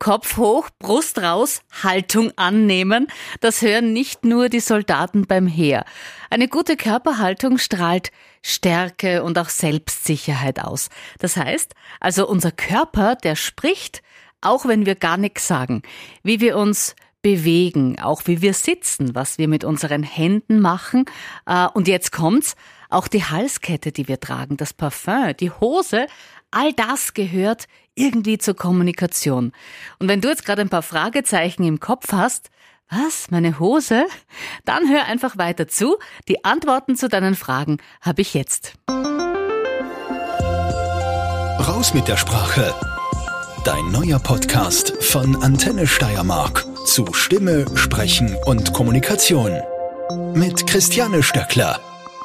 Kopf hoch, Brust raus, Haltung annehmen. Das hören nicht nur die Soldaten beim Heer. Eine gute Körperhaltung strahlt Stärke und auch Selbstsicherheit aus. Das heißt, also unser Körper, der spricht, auch wenn wir gar nichts sagen. Wie wir uns bewegen, auch wie wir sitzen, was wir mit unseren Händen machen. Und jetzt kommt's, auch die Halskette, die wir tragen, das Parfüm, die Hose, all das gehört irgendwie zur Kommunikation. Und wenn du jetzt gerade ein paar Fragezeichen im Kopf hast, was, meine Hose? Dann hör einfach weiter zu. Die Antworten zu deinen Fragen habe ich jetzt. Raus mit der Sprache. Dein neuer Podcast von Antenne Steiermark zu Stimme, Sprechen und Kommunikation. Mit Christiane Stöckler.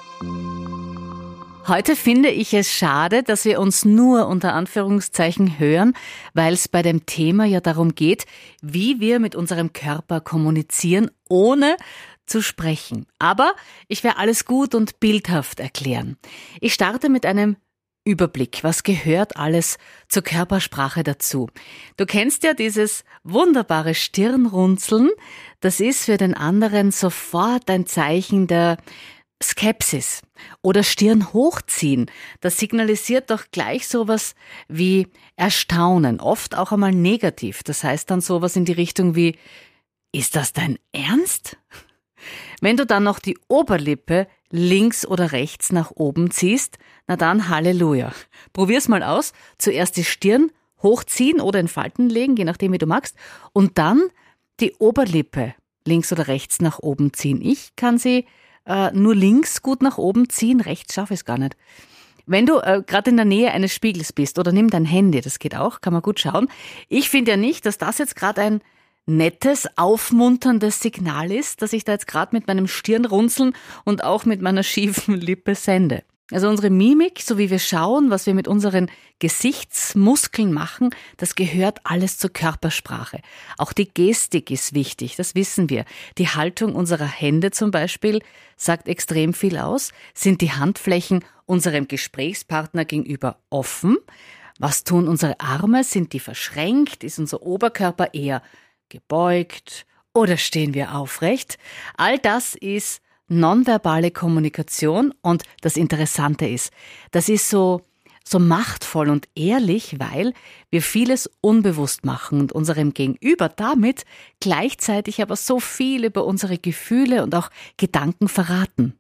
Heute finde ich es schade, dass wir uns nur unter Anführungszeichen hören, weil es bei dem Thema ja darum geht, wie wir mit unserem Körper kommunizieren, ohne zu sprechen. Aber ich werde alles gut und bildhaft erklären. Ich starte mit einem Überblick. Was gehört alles zur Körpersprache dazu? Du kennst ja dieses wunderbare Stirnrunzeln. Das ist für den anderen sofort ein Zeichen der Skepsis oder Stirn hochziehen, das signalisiert doch gleich sowas wie Erstaunen, oft auch einmal negativ. Das heißt dann sowas in die Richtung wie, ist das dein Ernst? Wenn du dann noch die Oberlippe links oder rechts nach oben ziehst, na dann Halleluja. Probier's mal aus. Zuerst die Stirn hochziehen oder in Falten legen, je nachdem wie du magst, und dann die Oberlippe links oder rechts nach oben ziehen. Ich kann sie nur links gut nach oben ziehen, rechts schaffe ich es gar nicht. Wenn du gerade in der Nähe eines Spiegels bist oder nimm dein Handy, das geht auch, kann man gut schauen. Ich finde ja nicht, dass das jetzt gerade ein nettes, aufmunterndes Signal ist, dass ich da jetzt gerade mit meinem Stirnrunzeln und auch mit meiner schiefen Lippe sende. Also unsere Mimik, so wie wir schauen, was wir mit unseren Gesichtsmuskeln machen, das gehört alles zur Körpersprache. Auch die Gestik ist wichtig, das wissen wir. Die Haltung unserer Hände zum Beispiel sagt extrem viel aus. Sind die Handflächen unserem Gesprächspartner gegenüber offen? Was tun unsere Arme? Sind die verschränkt? Ist unser Oberkörper eher gebeugt? Oder stehen wir aufrecht? All das ist nonverbale Kommunikation und das Interessante ist, das ist so machtvoll und ehrlich, weil wir vieles unbewusst machen und unserem Gegenüber damit gleichzeitig aber so viel über unsere Gefühle und auch Gedanken verraten.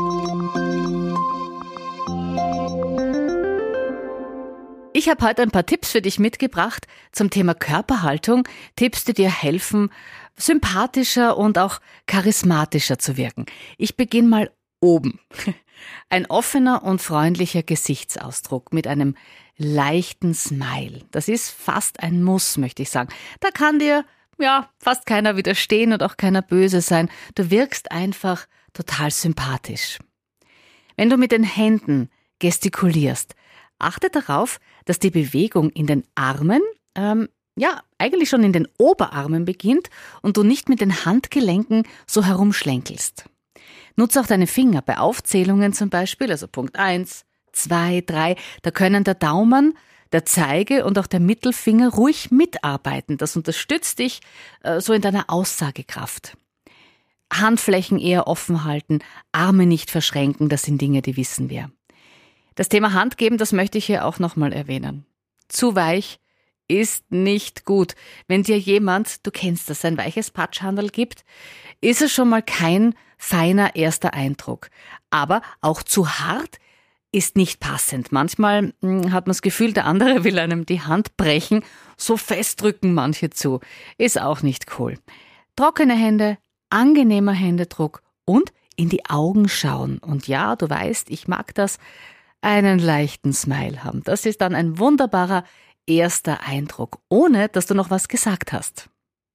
Ich habe heute ein paar Tipps für dich mitgebracht zum Thema Körperhaltung, Tipps, die dir helfen, sympathischer und auch charismatischer zu wirken. Ich beginne mal oben. Ein offener und freundlicher Gesichtsausdruck mit einem leichten Smile. Das ist fast ein Muss, möchte ich sagen. Da kann dir fast keiner widerstehen und auch keiner böse sein. Du wirkst einfach total sympathisch. Wenn du mit den Händen gestikulierst, achte darauf, dass die Bewegung in den Armen eigentlich schon in den Oberarmen beginnt und du nicht mit den Handgelenken so herumschlenkelst. Nutze auch deine Finger bei Aufzählungen zum Beispiel, also Punkt 1, 2, 3, da können der Daumen, der Zeige und auch der Mittelfinger ruhig mitarbeiten. Das unterstützt dich so in deiner Aussagekraft. Handflächen eher offen halten, Arme nicht verschränken, das sind Dinge, die wissen wir. Das Thema Handgeben, das möchte ich hier auch nochmal erwähnen. Zu weich ist nicht gut. Wenn dir jemand, du kennst das, ein weiches Patschhandl gibt, ist es schon mal kein feiner erster Eindruck. Aber auch zu hart ist nicht passend. Manchmal hat man das Gefühl, der andere will einem die Hand brechen. So fest drücken manche zu. Ist auch nicht cool. Trockene Hände, angenehmer Händedruck und in die Augen schauen. Und ja, du weißt, ich mag das, einen leichten Smile haben. Das ist dann ein wunderbarer erster Eindruck, ohne dass du noch was gesagt hast.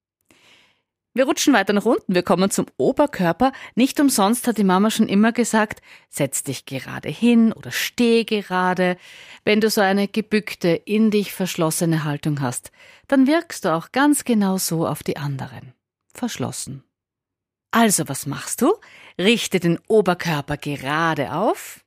Wir rutschen weiter nach unten, wir kommen zum Oberkörper. Nicht umsonst hat die Mama schon immer gesagt, setz dich gerade hin oder steh gerade. Wenn du so eine gebückte, in dich verschlossene Haltung hast, dann wirkst du auch ganz genau so auf die anderen. Verschlossen. Also, was machst du? Richte den Oberkörper gerade auf.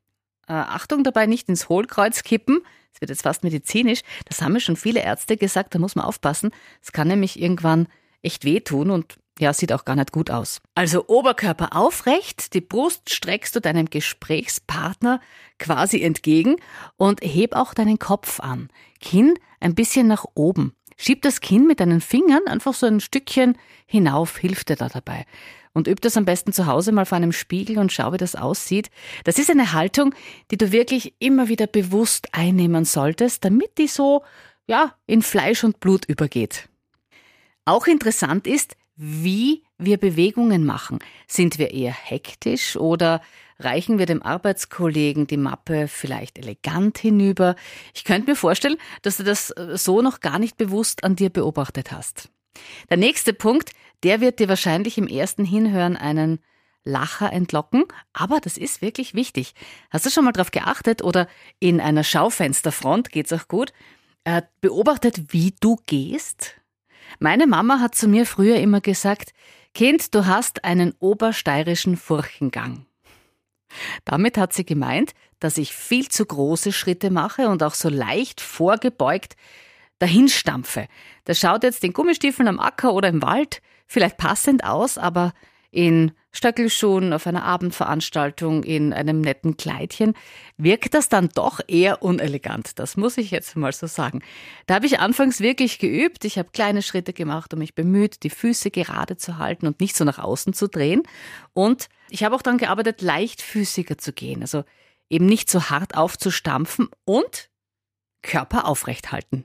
Achtung dabei, nicht ins Hohlkreuz kippen. Das wird jetzt fast medizinisch. Das haben mir schon viele Ärzte gesagt, da muss man aufpassen. Es kann nämlich irgendwann echt wehtun und ja, sieht auch gar nicht gut aus. Also Oberkörper aufrecht, die Brust streckst du deinem Gesprächspartner quasi entgegen und heb auch deinen Kopf an. Kinn ein bisschen nach oben. Schieb das Kinn mit deinen Fingern einfach so ein Stückchen hinauf, hilft dir da dabei. Und üb das am besten zu Hause mal vor einem Spiegel und schau, wie das aussieht. Das ist eine Haltung, die du wirklich immer wieder bewusst einnehmen solltest, damit die so, ja, in Fleisch und Blut übergeht. Auch interessant ist, wie wir Bewegungen machen. Sind wir eher hektisch oder reichen wir dem Arbeitskollegen die Mappe vielleicht elegant hinüber? Ich könnte mir vorstellen, dass du das so noch gar nicht bewusst an dir beobachtet hast. Der nächste Punkt, der wird dir wahrscheinlich im ersten Hinhören einen Lacher entlocken, aber das ist wirklich wichtig. Hast du schon mal drauf geachtet oder in einer Schaufensterfront, geht's auch gut, beobachtet, wie du gehst? Meine Mama hat zu mir früher immer gesagt, Kind, du hast einen obersteirischen Furchengang. Damit hat sie gemeint, dass ich viel zu große Schritte mache und auch so leicht vorgebeugt dahinstampfe. Das schaut jetzt in Gummistiefeln am Acker oder im Wald vielleicht passend aus, aber in Stöckelschuhen, auf einer Abendveranstaltung, in einem netten Kleidchen, wirkt das dann doch eher unelegant. Das muss ich jetzt mal so sagen. Da habe ich anfangs wirklich geübt. Ich habe kleine Schritte gemacht und mich bemüht, die Füße gerade zu halten und nicht so nach außen zu drehen. Und ich habe auch daran gearbeitet, leichtfüßiger zu gehen. Also eben nicht so hart aufzustampfen und Körper aufrecht halten.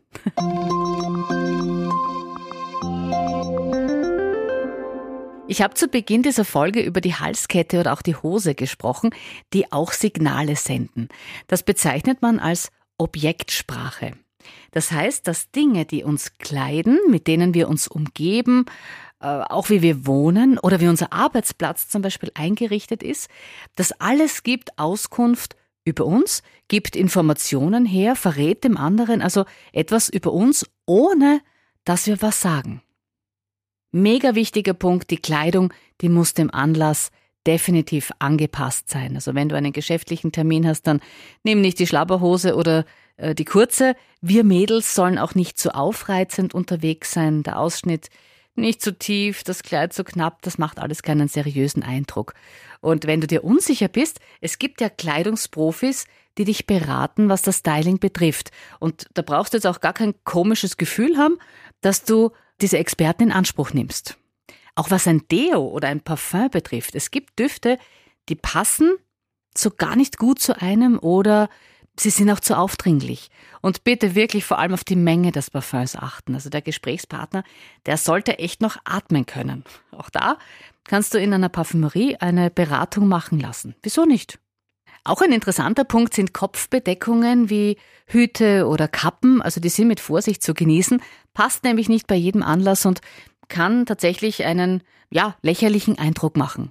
Ich habe zu Beginn dieser Folge über die Halskette oder auch die Hose gesprochen, die auch Signale senden. Das bezeichnet man als Objektsprache. Das heißt, dass Dinge, die uns kleiden, mit denen wir uns umgeben, auch wie wir wohnen oder wie unser Arbeitsplatz zum Beispiel eingerichtet ist, das alles gibt Auskunft über uns, gibt Informationen her, verrät dem anderen also etwas über uns, ohne dass wir was sagen. Mega wichtiger Punkt, die Kleidung, die muss dem Anlass definitiv angepasst sein. Also wenn du einen geschäftlichen Termin hast, dann nimm nicht die Schlabberhose oder die kurze. Wir Mädels sollen auch nicht zu aufreizend unterwegs sein, der Ausschnitt nicht zu tief, das Kleid zu knapp, das macht alles keinen seriösen Eindruck. Und wenn du dir unsicher bist, es gibt ja Kleidungsprofis, die dich beraten, was das Styling betrifft. Und da brauchst du jetzt auch gar kein komisches Gefühl haben, dass du diese Experten in Anspruch nimmst. Auch was ein Deo oder ein Parfum betrifft. Es gibt Düfte, die passen so gar nicht gut zu einem oder sie sind auch zu aufdringlich. Und bitte wirklich vor allem auf die Menge des Parfums achten. Also der Gesprächspartner, der sollte echt noch atmen können. Auch da kannst du in einer Parfümerie eine Beratung machen lassen. Wieso nicht? Auch ein interessanter Punkt sind Kopfbedeckungen wie Hüte oder Kappen. Also die sind mit Vorsicht zu genießen, passt nämlich nicht bei jedem Anlass und kann tatsächlich einen lächerlichen Eindruck machen.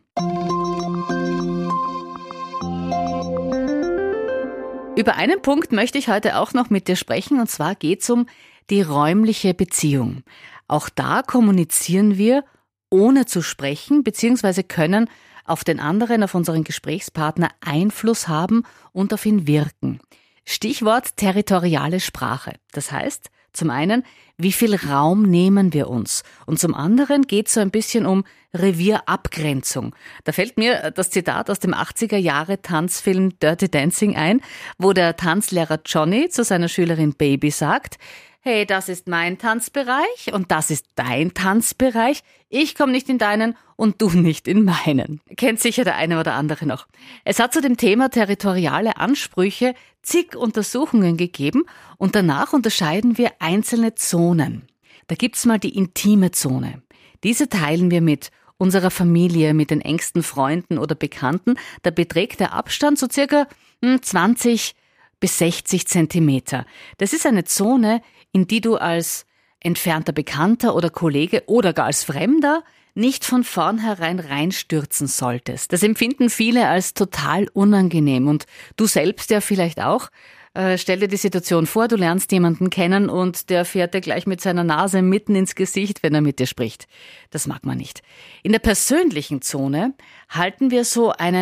Über einen Punkt möchte ich heute auch noch mit dir sprechen, und zwar geht es um die räumliche Beziehung. Auch da kommunizieren wir, ohne zu sprechen, beziehungsweise können auf den anderen, auf unseren Gesprächspartner Einfluss haben und auf ihn wirken. Stichwort territoriale Sprache. Das heißt, zum einen, wie viel Raum nehmen wir uns? Und zum anderen geht es so ein bisschen um Revierabgrenzung. Da fällt mir das Zitat aus dem 80er-Jahre-Tanzfilm Dirty Dancing ein, wo der Tanzlehrer Johnny zu seiner Schülerin Baby sagt: Hey, das ist mein Tanzbereich und das ist dein Tanzbereich. Ich komme nicht in deinen und du nicht in meinen. Kennt sicher der eine oder andere noch. Es hat zu dem Thema territoriale Ansprüche zig Untersuchungen gegeben und danach unterscheiden wir einzelne Zonen. Da gibt's mal die intime Zone. Diese teilen wir mit unserer Familie, mit den engsten Freunden oder Bekannten. Da beträgt der Abstand so circa 20 bis 60 Zentimeter. Das ist eine Zone, in die du als entfernter Bekannter oder Kollege oder gar als Fremder nicht von vornherein reinstürzen solltest. Das empfinden viele als total unangenehm und du selbst ja vielleicht auch. Stell dir die Situation vor, du lernst jemanden kennen und der fährt dir gleich mit seiner Nase mitten ins Gesicht, wenn er mit dir spricht. Das mag man nicht. In der persönlichen Zone halten wir so einen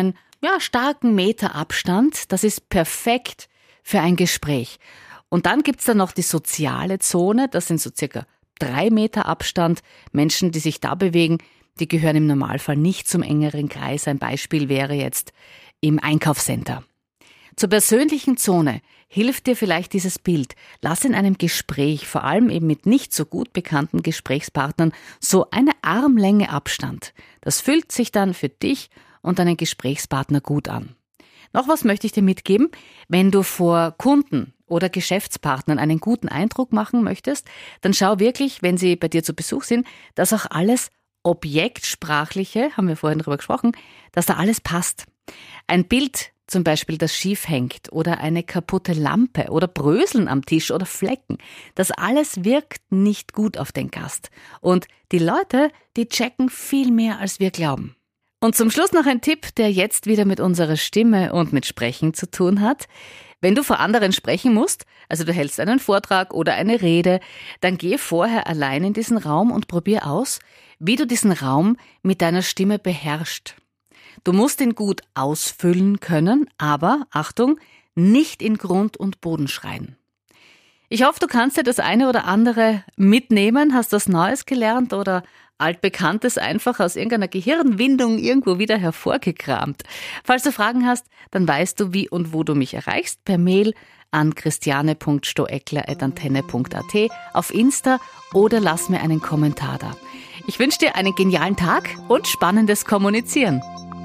starken Meter Abstand. Das ist perfekt für ein Gespräch. Und dann gibt's da noch die soziale Zone. Das sind so circa 3 Meter Abstand. Menschen, die sich da bewegen, die gehören im Normalfall nicht zum engeren Kreis. Ein Beispiel wäre jetzt im Einkaufscenter. Zur persönlichen Zone hilft dir vielleicht dieses Bild. Lass in einem Gespräch, vor allem eben mit nicht so gut bekannten Gesprächspartnern, so eine Armlänge Abstand. Das fühlt sich dann für dich und deinen Gesprächspartner gut an. Noch was möchte ich dir mitgeben. Wenn du vor Kunden oder Geschäftspartnern einen guten Eindruck machen möchtest, dann schau wirklich, wenn sie bei dir zu Besuch sind, dass auch alles Objektsprachliche, haben wir vorhin darüber gesprochen, dass da alles passt. Ein Bild zum Beispiel, das schief hängt oder eine kaputte Lampe oder Bröseln am Tisch oder Flecken. Das alles wirkt nicht gut auf den Gast. Und die Leute, die checken viel mehr, als wir glauben. Und zum Schluss noch ein Tipp, der jetzt wieder mit unserer Stimme und mit Sprechen zu tun hat. Wenn du vor anderen sprechen musst, also du hältst einen Vortrag oder eine Rede, dann geh vorher allein in diesen Raum und probier aus, wie du diesen Raum mit deiner Stimme beherrschst. Du musst ihn gut ausfüllen können, aber, Achtung, nicht in Grund und Boden schreien. Ich hoffe, du kannst dir das eine oder andere mitnehmen, hast was Neues gelernt oder Altbekanntes einfach aus irgendeiner Gehirnwindung irgendwo wieder hervorgekramt. Falls du Fragen hast, dann weißt du, wie und wo du mich erreichst, per Mail an christiane.stoeckler@antenne.at, auf Insta oder lass mir einen Kommentar da. Ich wünsche dir einen genialen Tag und spannendes Kommunizieren.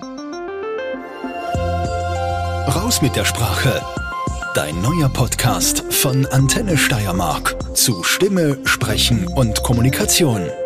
Raus mit der Sprache. Dein neuer Podcast von Antenne Steiermark zu Stimme, Sprechen und Kommunikation.